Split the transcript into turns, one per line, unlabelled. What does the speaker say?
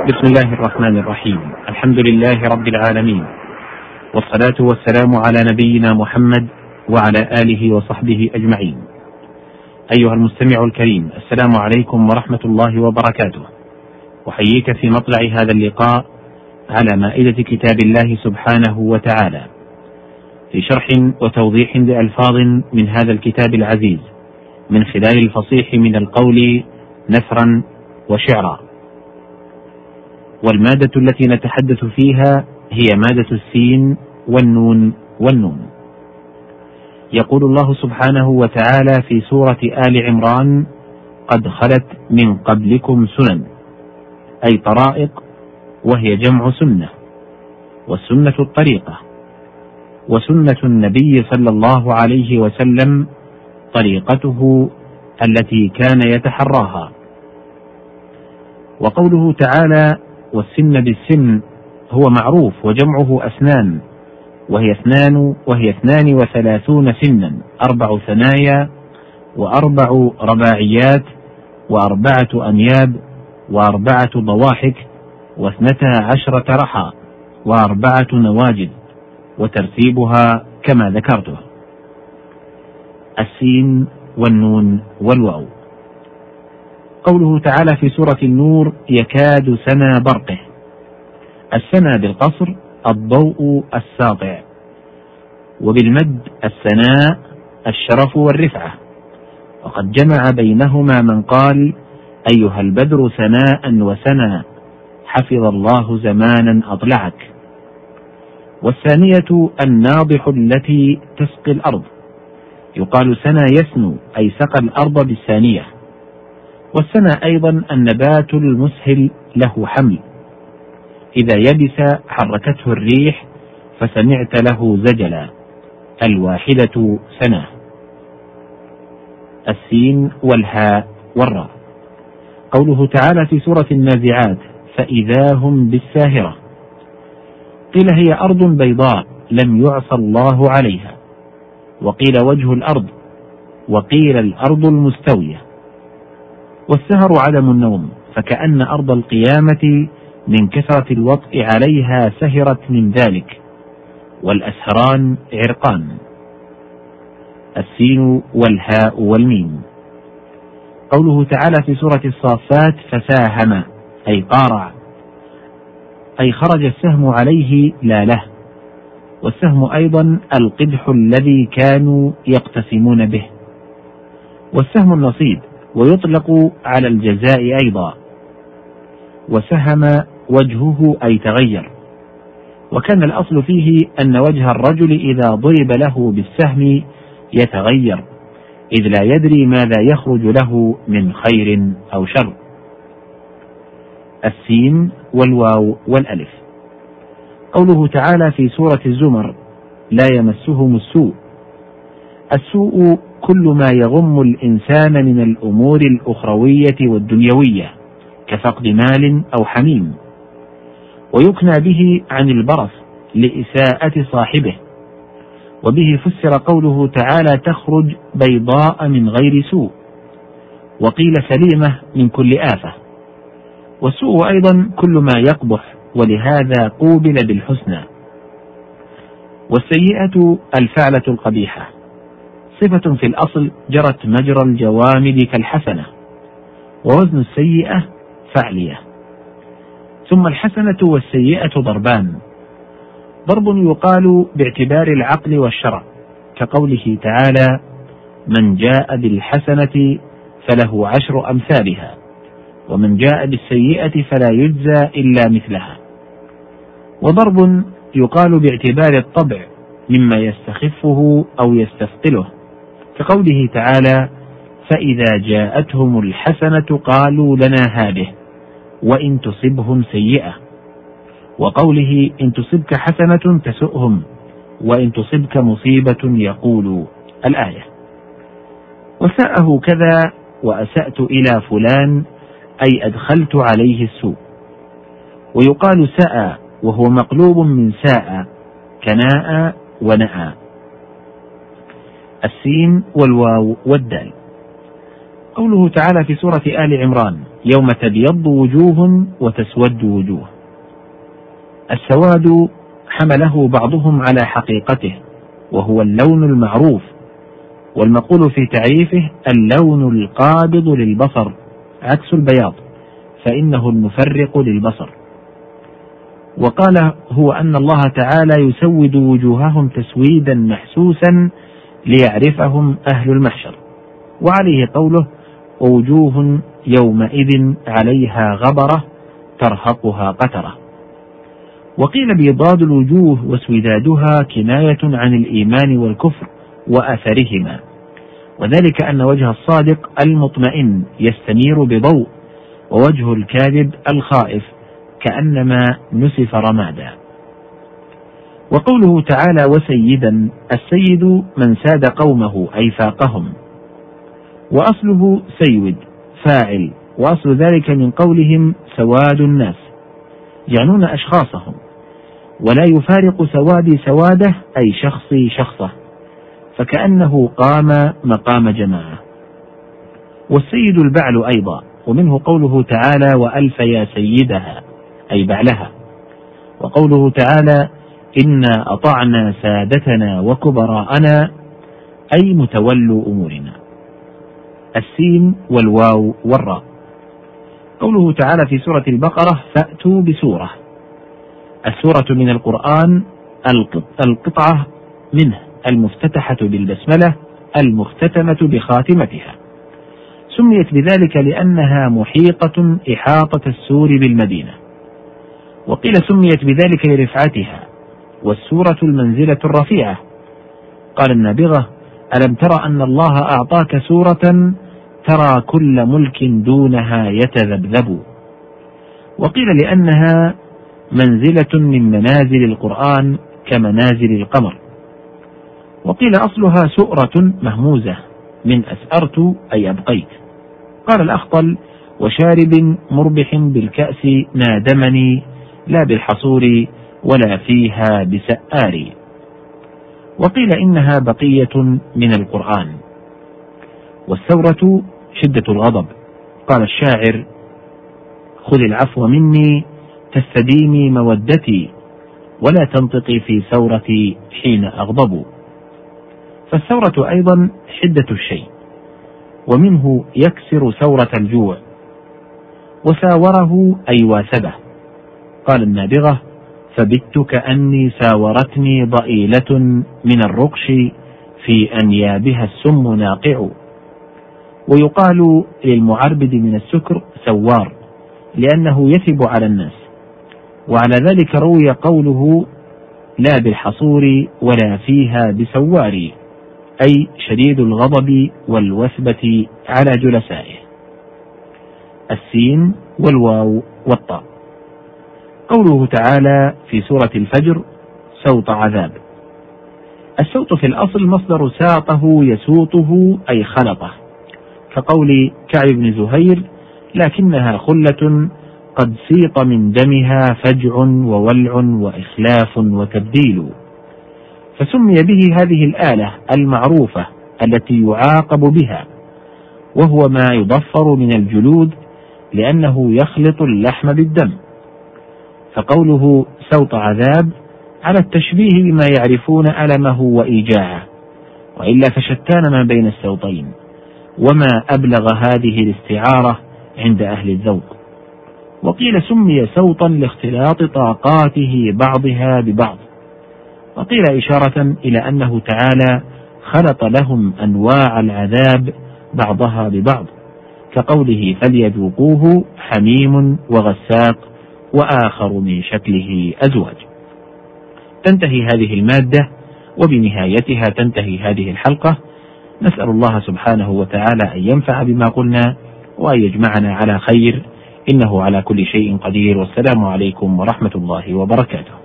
بسم الله الرحمن الرحيم. الحمد لله رب العالمين، والصلاة والسلام على نبينا محمد وعلى آله وصحبه أجمعين. أيها المستمع الكريم، السلام عليكم ورحمة الله وبركاته. أحييك في مطلع هذا اللقاء على مائدة كتاب الله سبحانه وتعالى، في شرح وتوضيح لألفاظ من هذا الكتاب العزيز من خلال الفصيح من القول نثرا وشعرا. والمادة التي نتحدث فيها هي مادة السين والنون والنون. يقول الله سبحانه وتعالى في سورة آل عمران: قد خلت من قبلكم سنن، أي طرائق، وهي جمع سنة، والسنة الطريقة، وسنة النبي صلى الله عليه وسلم طريقته التي كان يتحراها. وقوله تعالى: والسن بالسن، هو معروف وجمعه أسنان، وهي 32 سنا، 4 ثنايا و4 رباعيات و4 أنياب و4 ضواحك و12 رحى و4 نواجذ، وترتيبها كما ذكرته: السين والنون والواو. قوله تعالى في سورة النور: يكاد سنا برقه. السنا بالقصر الضوء الساطع، وبالمد السناء الشرف والرفعة. وقد جمع بينهما من قال: أيها البدر سناء وسنا، حفظ الله زمانا أطلعك. والثانية الناضح التي تسقي الأرض، يقال سنا يسنو، أي سقى الأرض بالثانية. والسنا أيضا النبات المسهل له حمل، إذا يبس حركته الريح فسمعت له زجلا، الواحدة سنة. السين والهاء والراء. قوله تعالى في سورة النازعات: فإذا هم بالساهرة. قيل هي أرض بيضاء لم يعصى الله عليها، وقيل وجه الأرض، وقيل الأرض المستوية. والسهر عدم النوم، فكأن أرض القيامة من كثرة الوطء عليها سهرت من ذلك، والأسهران عرقان. السين والهاء والميم. قوله تعالى في سورة الصافات: فساهم، أي قارع، أي خرج السهم عليه لا له. والسهم أيضا القدح الذي كانوا يقتسمون به. والسهم النصيب، ويطلق على الجزاء أيضا. وسهم وجهه، أي تغير. وكان الأصل فيه أن وجه الرجل إذا ضرب له بالسهم يتغير، إذ لا يدري ماذا يخرج له من خير أو شر. السين والواو والألف. قوله تعالى في سورة الزمر: لا يمسهم السوء. السوء كل ما يغم الإنسان من الأمور الأخروية والدنيوية، كفقد مال أو حميم. ويكنى به عن البرص لإساءة صاحبه. وبه فسر قوله تعالى: تخرج بيضاء من غير سوء. وقيل سليمة من كل آفة. والسوء أيضا كل ما يقبح، ولهذا قوبل بالحسنى. والسيئة الفعلة القبيحة، صفة في الأصل جرت مجرى الجوامد كالحسنة، ووزن السيئة فعلية. ثم الحسنة والسيئة ضربان: ضرب يقال باعتبار العقل والشرع، كقوله تعالى: من جاء بالحسنة فله 10 أمثالها، ومن جاء بالسيئة فلا يجزى إلا مثلها. وضرب يقال باعتبار الطبع، مما يستخفه أو يستثقله، كقوله تعالى: فإذا جاءتهم الحسنة قالوا لنا هذه، وإن تصبهم سيئة. وقوله: إن تصبك حسنة تسؤهم، وإن تصبك مصيبة يقولوا، الآية. وساءه كذا: وأسأت إلى فلان، أي أدخلت عليه السوء. ويقال ساء، وهو مقلوب من ساء، كناء ونأى. السين والواو والدال. قوله تعالى في سورة آل عمران: يوم تبيض وجوه وتسود وجوه. السواد حمله بعضهم على حقيقته وهو اللون المعروف، والمقول في تعريفه اللون القابض للبصر عكس البياض، فإنه المفرق للبصر. وقال هو أن الله تعالى يسود وجوههم تسويدا محسوسا ليعرفهم أهل المحشر، وعليه قوله ووجوه يومئذ عليها غبرة ترهقها قترة. وقيل بيضاد الوجوه واسودادها كناية عن الإيمان والكفر وأثرهما، وذلك أن وجه الصادق المطمئن يستنير بضوء، ووجه الكاذب الخائف كأنما نسف رمادا. وقوله تعالى وسيدا، السيد من ساد قومه أي فاقهم، وأصله سيود فاعل، وأصل ذلك من قولهم سواد الناس، يعنون أشخاصهم، ولا يفارق سوادي سواده أي شخصي شخصه، فكأنه قام مقام جماعة. والسيد البعل أيضا، ومنه قوله تعالى وألف يا سيدها أي بعلها. وقوله تعالى إنا أطعنا سادتنا وكبراءنا أي متولوا أمورنا. السين والواو والراء. قوله تعالى في سورة البقرة فأتوا بسورة، السورة من القرآن القطعة منه المفتتحة بالبسملة المختتمة بخاتمتها، سميت بذلك لأنها محيطة إحاطة السور بالمدينة، وقيل سميت بذلك لرفعتها، والسورة المنزلة الرفيعة. قال النابغة ألم تر أن الله أعطاك سورة ترى كل ملك دونها يتذبذب. وقيل لأنها منزلة من منازل القرآن كمنازل القمر. وقيل أصلها سؤرة مهموزة من أسأرت أي أبقيت. قال الأخطل وشارب مربح بالكأس نادمني لا بالحصور ولا فيها بسآري. وقيل إنها بقية من القرآن. والثورة شدة الغضب. قال الشاعر خذ العفو مني تستديمي مودتي ولا تنطقي في ثورتي حين أغضب. فالثورة أيضا شدة الشيء، ومنه يكسر ثورة الجوع. وساوره أي واثبه. قال النابغة فبت كأني ساورتني ضئيلة من الرقش في أنيابها السم ناقع. ويقال للمعربد من السكر سوار لأنه يثب على الناس، وعلى ذلك روي قوله لا بالحصور ولا فيها بسواري، أي شديد الغضب والوثبة على جلسائه. السين والواو والطاء. قوله تعالى في سورة الفجر سوط عذاب. السوط في الأصل مصدر ساطه يسوطه أي خلطه، كقول كعب بن زهير لكنها خلة قد سيط من دمها فجع وولع وإخلاف وتبديل. فسمي به هذه الآلة المعروفة التي يعاقب بها، وهو ما يضفر من الجلود لأنه يخلط اللحم بالدم. فقوله سوط عذاب على التشبيه بما يعرفون ألمه وإيجاعه، وإلا فشتان ما بين السوطين، وما أبلغ هذه الاستعارة عند أهل الذوق. وقيل سمي سوطا لاختلاط طاقاته بعضها ببعض، وقيل إشارة إلى أنه تعالى خلط لهم أنواع العذاب بعضها ببعض، كقوله فليذوقوه حميم وغساق وآخر من شكله أزواج. تنتهي هذه المادة وبنهايتها تنتهي هذه الحلقة. نسأل الله سبحانه وتعالى أن ينفع بما قلنا وأن يجمعنا على خير، إنه على كل شيء قدير. والسلام عليكم ورحمة الله وبركاته.